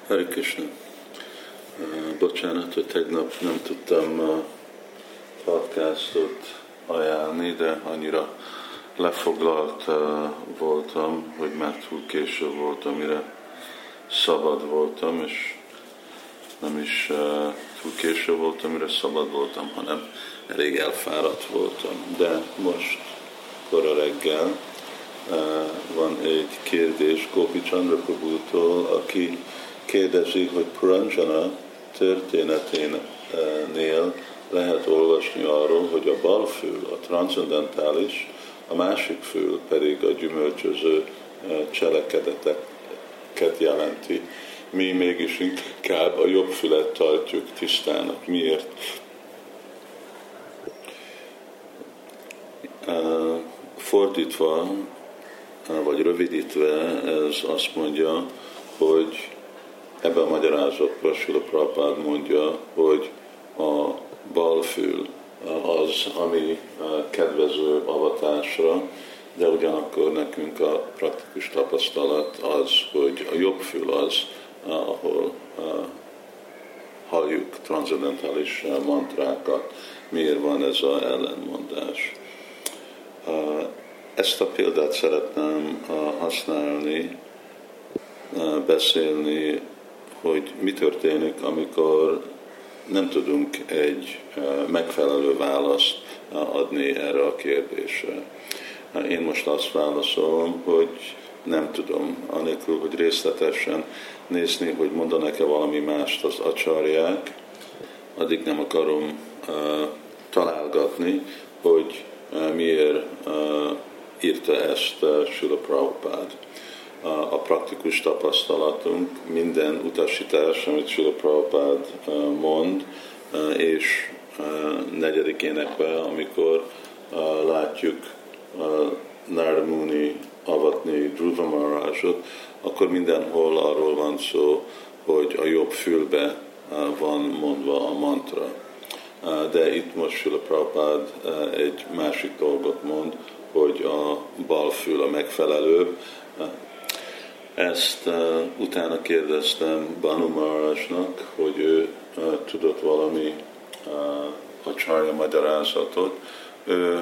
Hare Krishna. Bocsánat, hogy tegnap nem tudtam podcastot ajánlni, de annyira lefoglalt voltam, hogy már túl késő volt, amire szabad voltam, és nem is túl késő volt, amire szabad voltam, hanem elég elfáradt voltam. De most, kora reggel, van egy kérdés Gopi Chandra Prabhutól, aki kérdezi, hogy Puranjana történeténél lehet olvasni arról, hogy a bal fül, a transzendentális, a másik fül pedig a gyümölcsöző cselekedeteket jelenti. Mi mégis inkább a jobb fület tartjuk tisztának. Miért? Fordítva, vagy rövidítve, ez azt mondja, hogy ebben a magyarázatban Srila Prabhupád mondja, hogy a balfül az, ami kedvező avatásra, de ugyanakkor nekünk a praktikus tapasztalat az, hogy a jobb fül az, ahol halljuk transzendentális mantrákat. Miért van ez az ellenmondás? Ezt a példát szeretném használni, beszélni, hogy mi történik, amikor nem tudunk egy megfelelő választ adni erre a kérdésre. Én most azt válaszolom, hogy nem tudom, anélkül, hogy részletesen nézni, hogy mondanak-e valami mást az acsarják, addig nem akarom találgatni, hogy miért írta ezt Srila Prabhupád. A praktikus tapasztalatunk, minden utasítás, amit Srila Prabhupád mond, és negyedik énekben, amikor látjuk Narada Muni avatni Dhruva Maharajot, akkor mindenhol arról van szó, hogy a jobb fülbe van mondva a mantra. De itt most Srila Prabhupád egy másik dolgot mond, hogy a bal fül a megfelelőbb. Ezt utána kérdeztem Banu Maharajnak, hogy ő tudott valami acharya magyarázatot. Ő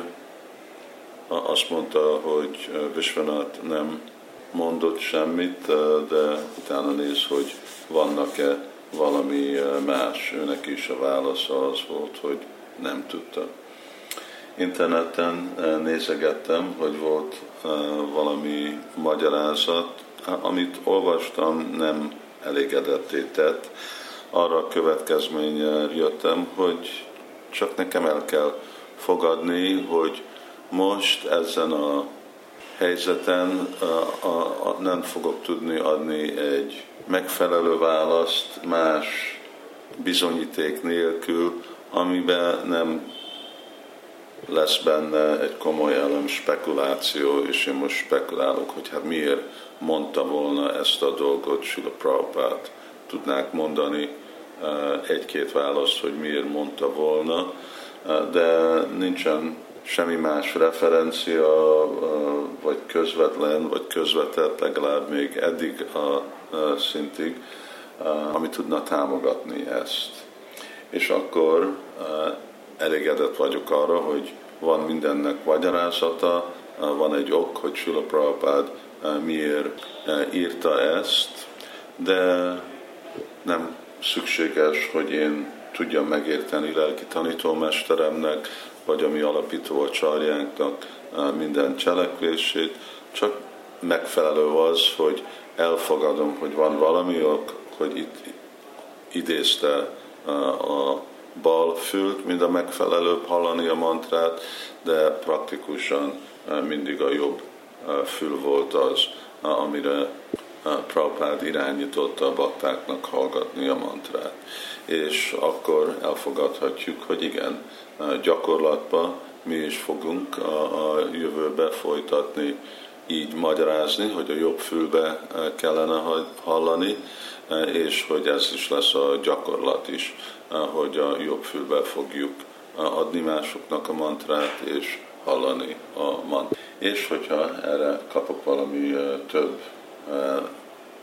azt mondta, hogy Vishwanath nem mondott semmit, de utána néz, hogy vannak-e valami más. Őnek is a válasza az volt, hogy nem tudta. Interneten nézegettem, hogy volt valami magyarázat, amit olvastam, nem elégedetté tett. Arra a következményre jöttem, hogy csak nekem el kell fogadni, hogy most ezen a helyzeten nem fogok tudni adni egy megfelelő választ más bizonyíték nélkül, amiben nem lesz benne egy komoly elem spekuláció, és én most spekulálok, hogy hát miért mondta volna ezt a dolgot Srila Prabhupád. Tudnák mondani egy-két választ, hogy miért mondta volna, de nincsen semmi más referencia, vagy közvetlen, vagy közvetett, legalább még eddig a szintig, ami tudna támogatni ezt. És akkor elégedett vagyok arra, hogy van mindennek magyarázata, van egy ok, hogy Srila Prabhupád miért írta ezt, de nem szükséges, hogy én tudjam megérteni lelki tanítómesteremnek, vagy a mi alapító acsarjánknak minden cselekvését, csak megfelelő az, hogy elfogadom, hogy van valami ok, hogy itt idézte a bal fült, mind a megfelelőbb hallani a mantrát, de praktikusan mindig a jobb fül volt az, amire Prabhupád irányította a baktáknak hallgatni a mantrát. És akkor elfogadhatjuk, hogy igen, gyakorlatban mi is fogunk a jövőbe folytatni, így magyarázni, hogy a jobb fülbe kellene hallani, és hogy ez is lesz a gyakorlat is, hogy a jobb fülbe fogjuk adni másoknak a mantrát, és hallani a mantrát. És hogyha erre kapok valami több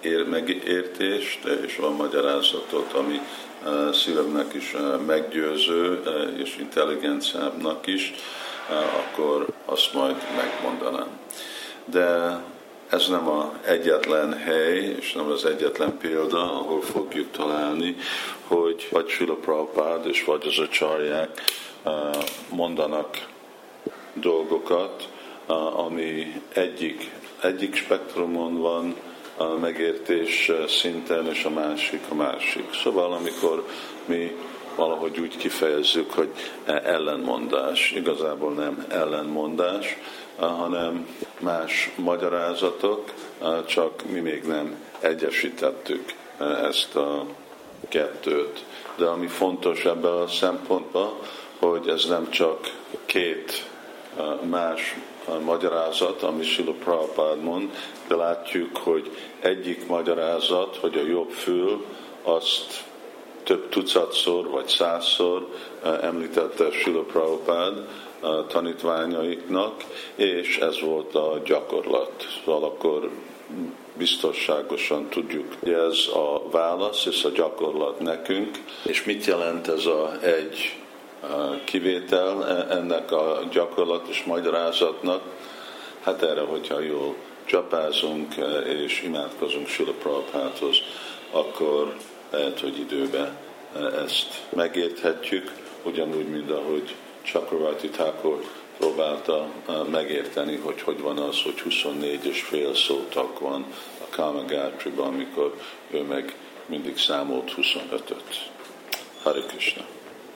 megértést, és van magyarázatot, ami szívemnek is meggyőző, és intelligenciámnak is, akkor azt majd megmondanám. De ez nem az egyetlen hely, és nem az egyetlen példa, ahol fogjuk találni, hogy vagy Srila Prabhupád és vagy az acharják mondanak dolgokat, ami egyik spektrumon van a megértés szinten, és a másik. Szóval amikor mi valahogy úgy kifejezzük, hogy ellenmondás, igazából nem ellenmondás, hanem más magyarázatok, csak mi még nem egyesítettük ezt a kettőt. De ami fontos ebben a szempontban, hogy ez nem csak két más magyarázat, ami Srila Prabhupád mond, de látjuk, hogy egyik magyarázat, hogy a jobb fül, azt több tucatszor vagy 100-szor említette Srila Prabhupád tanítványaiknak, és ez volt a gyakorlat. Szóval akkor biztonságosan tudjuk, hogy ez a válasz és a gyakorlat nekünk. És mit jelent ez egy kivétel ennek a gyakorlat és magyarázatnak? Hát erre, hogyha jól csapázunk és imádkozunk Srila Prabhupádhoz, akkor lehet, hogy időben ezt megérthetjük, ugyanúgy, mint ahogy Chakravarti Thakur próbálta megérteni, hogy van az, hogy 24,5 szótag van a Kama Gayatriban, amikor ő meg mindig számolt 25-öt. Hare Krishna!